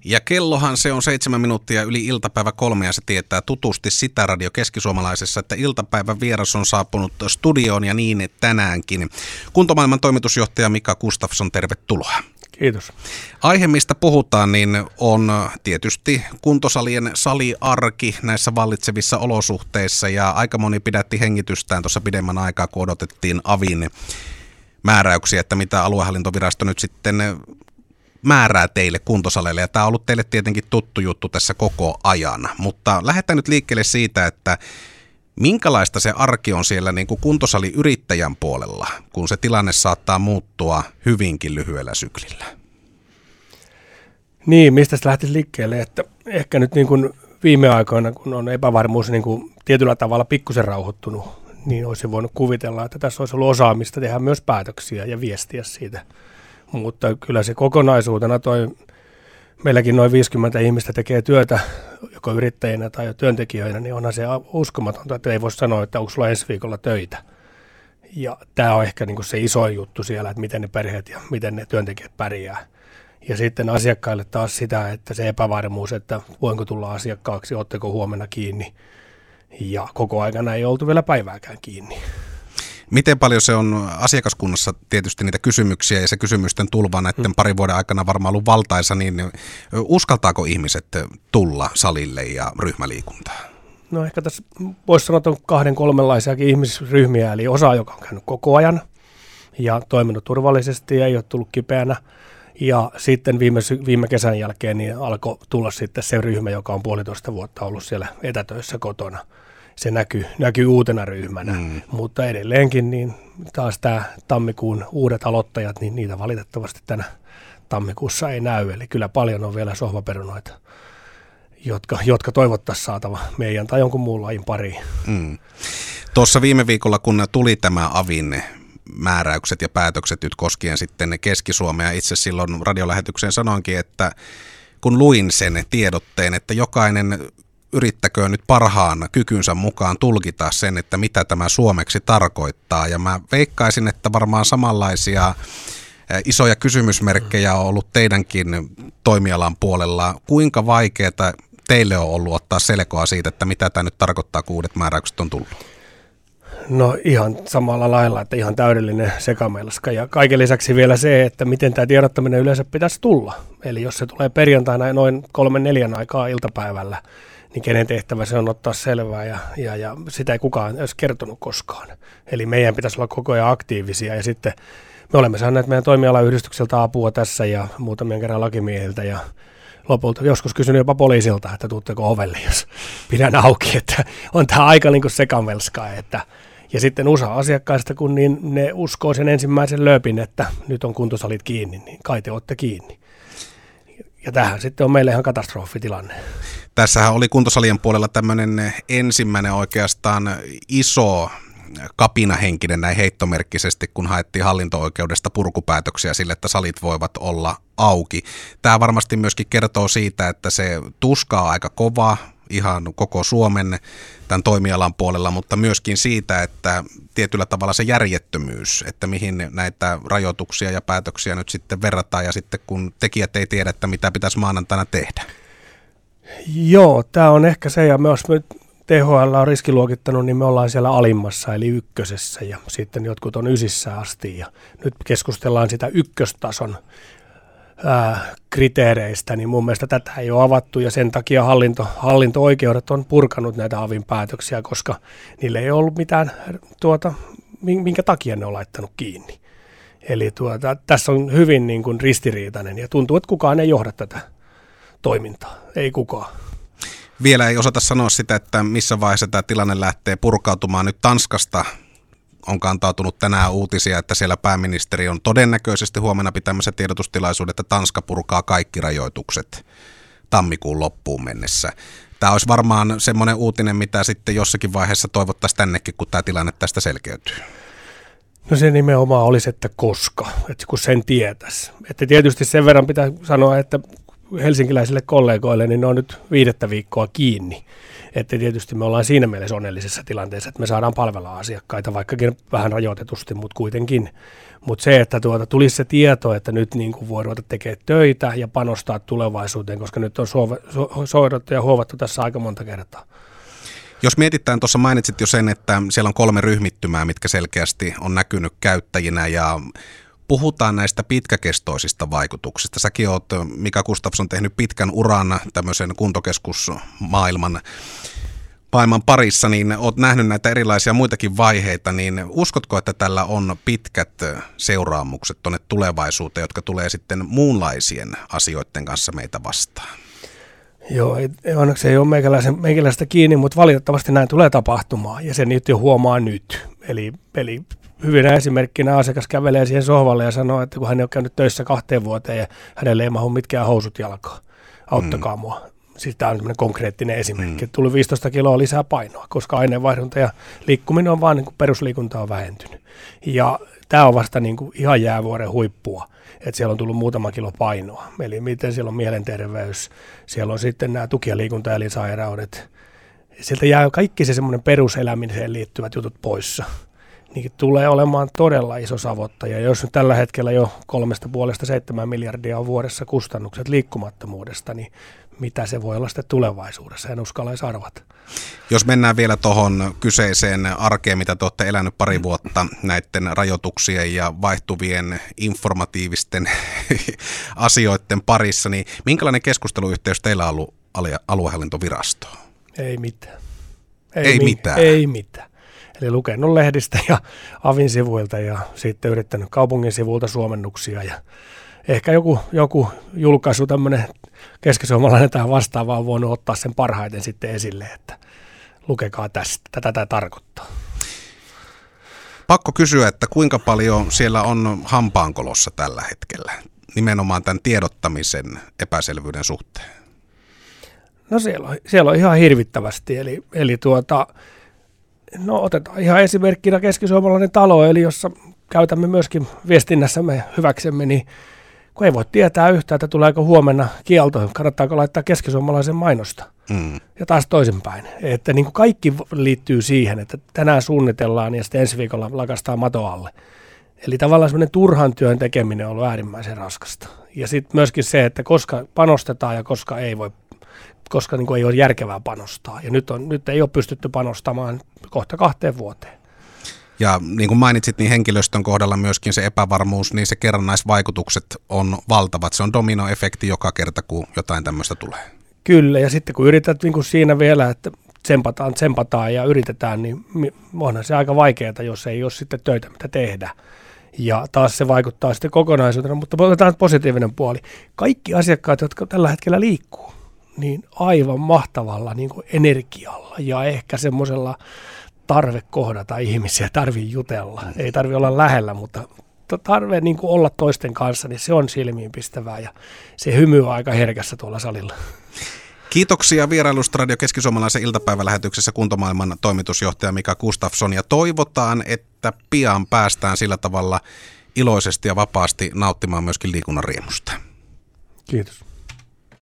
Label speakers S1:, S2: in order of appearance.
S1: Ja kellohan se on 7 minuuttia yli iltapäivä 3 ja se tietää tutusti sitä Radio Keskisuomalaisessa, että iltapäivän vieras on saapunut studioon ja niin tänäänkin. Kuntomaailman toimitusjohtaja Mika Gustafsson, tervetuloa.
S2: Kiitos.
S1: Aihe, mistä puhutaan, niin on tietysti kuntosalien saliarki näissä vallitsevissa olosuhteissa ja aika moni pidätti hengitystään tuossa pidemmän aikaa, kun odotettiin avin määräyksiä, että mitä aluehallintovirasto nyt sitten määrää teille kuntosaleille, ja tämä on ollut teille tietenkin tuttu juttu tässä koko ajan, mutta lähdetään nyt liikkeelle siitä, että minkälaista se arki on siellä niin kuin kuntosaliyrittäjän puolella, kun se tilanne saattaa muuttua hyvinkin lyhyellä syklillä?
S2: Niin, mistä se lähtisi liikkeelle, että ehkä nyt niin kuin viime aikoina, kun on epävarmuus niin kuin tietyllä tavalla pikkusen rauhoittunut, niin olisi voinut kuvitella, että tässä olisi ollut osaamista tehdä myös päätöksiä ja viestiä siitä. Mutta kyllä se kokonaisuutena meilläkin noin 50 ihmistä tekee työtä joko yrittäjinä tai työntekijöinä, niin onhan se uskomatonta, että ei voi sanoa, että onko sulla ensi viikolla töitä. Ja tämä on ehkä niin kuin se isoin juttu siellä, että miten ne perheet ja miten ne työntekijät pärjää. Ja sitten asiakkaille taas sitä, että se epävarmuus, että voinko tulla asiakkaaksi, ootteko huomenna kiinni. Ja koko aikana ei oltu vielä päivääkään kiinni.
S1: Miten paljon se on asiakaskunnassa tietysti niitä kysymyksiä ja se kysymysten tulva näiden parin vuoden aikana varmaan ollut valtaisa, niin uskaltaako ihmiset tulla salille ja ryhmäliikuntaan?
S2: No ehkä tässä voisi sanoa, että on 2-3 ihmisryhmiä, eli osa, joka on käynyt koko ajan ja toiminut turvallisesti ja ei ole tullut kipeänä. Ja sitten viime kesän jälkeen niin alkoi tulla sitten se ryhmä, joka on 1,5 vuotta ollut siellä etätöissä kotona. Se näkyy uutena ryhmänä, mutta edelleenkin niin taas tämä tammikuun uudet aloittajat, niin niitä valitettavasti tänä tammikuussa ei näy. Eli kyllä paljon on vielä sohvaperunoita, jotka toivottaisiin saatava meidän tai jonkun muun lajin pariin.
S1: Tuossa viime viikolla, kun tuli tämä avin määräykset ja päätökset nyt koskien sitten Keski-Suomea, itse silloin radiolähetykseen sanoinkin, että kun luin sen tiedotteen, että jokainen yrittäköön nyt parhaan kykynsä mukaan tulkita sen, että mitä tämä suomeksi tarkoittaa. Ja mä veikkaisin, että varmaan samanlaisia isoja kysymysmerkkejä on ollut teidänkin toimialan puolella. Kuinka vaikeaa teille on ollut ottaa selkoa siitä, että mitä tämä nyt tarkoittaa, kun uudet määräykset on tullut? No ihan samalla lailla, että ihan täydellinen sekamelska. Ja kaiken lisäksi vielä se, että miten tämä tiedottaminen yleensä pitäisi tulla. Eli jos se tulee perjantaina noin 3-4 aikaa iltapäivällä, niin kenen tehtävä se on ottaa selvää ja sitä ei kukaan edes kertonut koskaan. Eli meidän pitäisi olla koko ajan aktiivisia ja sitten me olemme saaneet meidän toimialayhdistykseltä apua tässä ja muutamien kerran lakimiehiltä ja lopulta joskus kysynyt jopa poliisilta, että tuutteko ovelle, jos pidän auki, että on tämä aika niin kuin sekamelskaa. Ja sitten osa asiakkaista, kun niin ne uskoo sen ensimmäisen lööpin, että nyt on kuntosalit kiinni, niin kai te olette kiinni. Ja tämähän sitten on meille ihan katastrofitilanne. Tässähän oli kuntosalien puolella tämmöinen ensimmäinen oikeastaan iso kapinahenkinen näin heittomerkkisesti, kun haettiin hallinto-oikeudesta purkupäätöksiä sille, että salit voivat olla auki. Tämä varmasti myöskin kertoo siitä, että se tuska on aika kova ihan koko Suomen tämän toimialan puolella, mutta myöskin siitä, että tietyllä tavalla se järjettömyys, että mihin näitä rajoituksia ja päätöksiä nyt sitten verrataan ja sitten kun tekijät ei tiedä, että mitä pitäisi maanantaina tehdä. Joo,
S2: tämä on ehkä se ja myös THL on riskiluokittanut, niin me ollaan siellä alimmassa eli 1 ja sitten jotkut on 9 asti ja nyt keskustellaan sitä 1-tason kriteereistä, niin mun mielestä tätä ei ole avattu ja sen takia hallinto-oikeudet on purkanut näitä avin päätöksiä, koska niille ei ollut mitään, minkä takia ne on laittanut kiinni. Eli tässä on hyvin niin kuin ristiriitainen ja tuntuu, että kukaan ei johda tätä toimintaa, ei kukaan.
S1: Vielä ei osata sanoa sitä, että missä vaiheessa tämä tilanne lähtee purkautumaan. Nyt Tanskasta on kantautunut tänään uutisia, että siellä pääministeri on todennäköisesti huomenna pitämässä tiedotustilaisuuden, että Tanska purkaa kaikki rajoitukset tammikuun loppuun mennessä. Tämä olisi varmaan semmoinen uutinen, mitä sitten jossakin vaiheessa toivottaisiin tännekin, kun tämä tilanne tästä selkeytyy.
S2: No se nimenomaan olisi, että koska, että kun sen tietäisi. Että tietysti sen verran pitää sanoa, että helsinkiläisille kollegoille, niin ne on nyt 5 viikkoa kiinni. Että tietysti me ollaan siinä mielessä onnellisessa tilanteessa, että me saadaan palvella asiakkaita, vaikkakin vähän rajoitetusti, mutta kuitenkin. Mutta se, että tulisi se tieto, että nyt niin kuin voi ruveta tekemään töitä ja panostaa tulevaisuuteen, koska nyt on soidettu ja huovattu tässä aika monta kertaa.
S1: Jos mietitään, tuossa mainitsit jo sen, että siellä on 3 ryhmittymää, mitkä selkeästi on näkynyt käyttäjinä ja puhutaan näistä pitkäkestoisista vaikutuksista. Säkin oot, Mika Gustafsson, tehnyt pitkän uran tämmöisen kuntokeskusmaailman parissa, niin oot nähnyt näitä erilaisia muitakin vaiheita, niin uskotko, että tällä on pitkät seuraamukset tuonne tulevaisuuteen, jotka tulee sitten muunlaisien asioiden kanssa meitä vastaan?
S2: Joo, onneksi ei ole meikäläistä kiinni, mutta valitettavasti näin tulee tapahtumaan, ja sen nyt jo huomaa nyt. Eli hyvänä esimerkkinä asiakas kävelee siihen sohvalle ja sanoo, että kun hän ei ole käynyt töissä 2 vuoteen ja hänelle ei mahu mitkään housut jalkaan, auttakaa mua. Siis tämä on sellainen konkreettinen esimerkki, että tuli 15 kiloa lisää painoa, koska aineenvaihdunta ja liikkuminen on vaan niin kuin perusliikunta on vähentynyt. Ja tämä on vasta niin kuin ihan jäävuoren huippua, että siellä on tullut muutama kilo painoa. Eli miten siellä on mielenterveys, siellä on sitten nämä tuki- ja liikuntaelinsairaudet. Sieltä jää kaikki se semmoinen peruselämiseen liittyvät jutut poissa. Niin tulee olemaan todella iso savottaja. Jos nyt tällä hetkellä jo 3,5–7 miljardia on vuodessa kustannukset liikkumattomuudesta, niin mitä se voi olla sitten tulevaisuudessa, en uskalla edes arvata.
S1: Jos mennään vielä tuohon kyseiseen arkeen, mitä te olette elänyt 2 vuotta näiden rajoituksien ja vaihtuvien informatiivisten asioiden parissa, niin minkälainen keskusteluyhteys teillä on ollut aluehallintovirastoon?
S2: Ei mitään.
S1: Ei
S2: mitään. Eli lukenut lehdistä ja avin sivuilta ja sitten yrittänyt kaupungin sivuilta suomennuksia ja ehkä joku julkaisu, tämmöinen keskisuomalainen tai vastaava on voinut ottaa sen parhaiten sitten esille, että lukekaa tästä, tätä tämä tarkoittaa.
S1: Pakko kysyä, että kuinka paljon siellä on hampaankolossa tällä hetkellä, nimenomaan tämän tiedottamisen epäselvyyden suhteen?
S2: No siellä on ihan hirvittävästi, no otetaan ihan esimerkkinä keskisuomalainen talo, eli jossa käytämme myöskin viestinnässämme hyväksemme, niin kun ei voi tietää yhtään, että tuleeko huomenna kielto, kannattaako laittaa keskisuomalaisen mainosta. Ja taas toisinpäin. Että niin kuin kaikki liittyy siihen, että tänään suunnitellaan ja sitten ensi viikolla lakastaa mato alle. Eli tavallaan semmoinen turhan työn tekeminen on ollut äärimmäisen raskasta. Ja sitten myöskin se, että koska panostetaan ja koska niin kuin ei ole järkevää panostaa. Ja nyt ei ole pystytty panostamaan kohta 2 vuoteen.
S1: Ja niin kuin mainitsit, niin henkilöstön kohdalla myöskin se epävarmuus, niin se kerrannaisvaikutukset on valtavat. Se on dominoefekti joka kerta, kun jotain tämmöistä tulee. Kyllä,
S2: ja sitten kun yrität niin kuin siinä vielä, että tsempataan ja yritetään, niin onhan se aika vaikeaa, jos ei ole sitten töitä, mitä tehdä. Ja taas se vaikuttaa sitten kokonaisuutena, mutta otetaan positiivinen puoli. Kaikki asiakkaat, jotka tällä hetkellä liikkuu, niin aivan mahtavalla niin kuin energialla ja ehkä semmoisella tarve kohdata ihmisiä, tarve jutella. Ei tarvitse olla lähellä, mutta tarve niin kuin olla toisten kanssa, niin se on silmiinpistävää ja se hymy on aika herkässä tuolla salilla.
S1: Kiitoksia vierailusta Radio Keski-Suomalaisen iltapäivälähetyksessä kuntomaailman toimitusjohtaja Mika Gustafsson ja toivotaan, että pian päästään sillä tavalla iloisesti ja vapaasti nauttimaan myöskin liikunnan riemusta.
S2: Kiitos.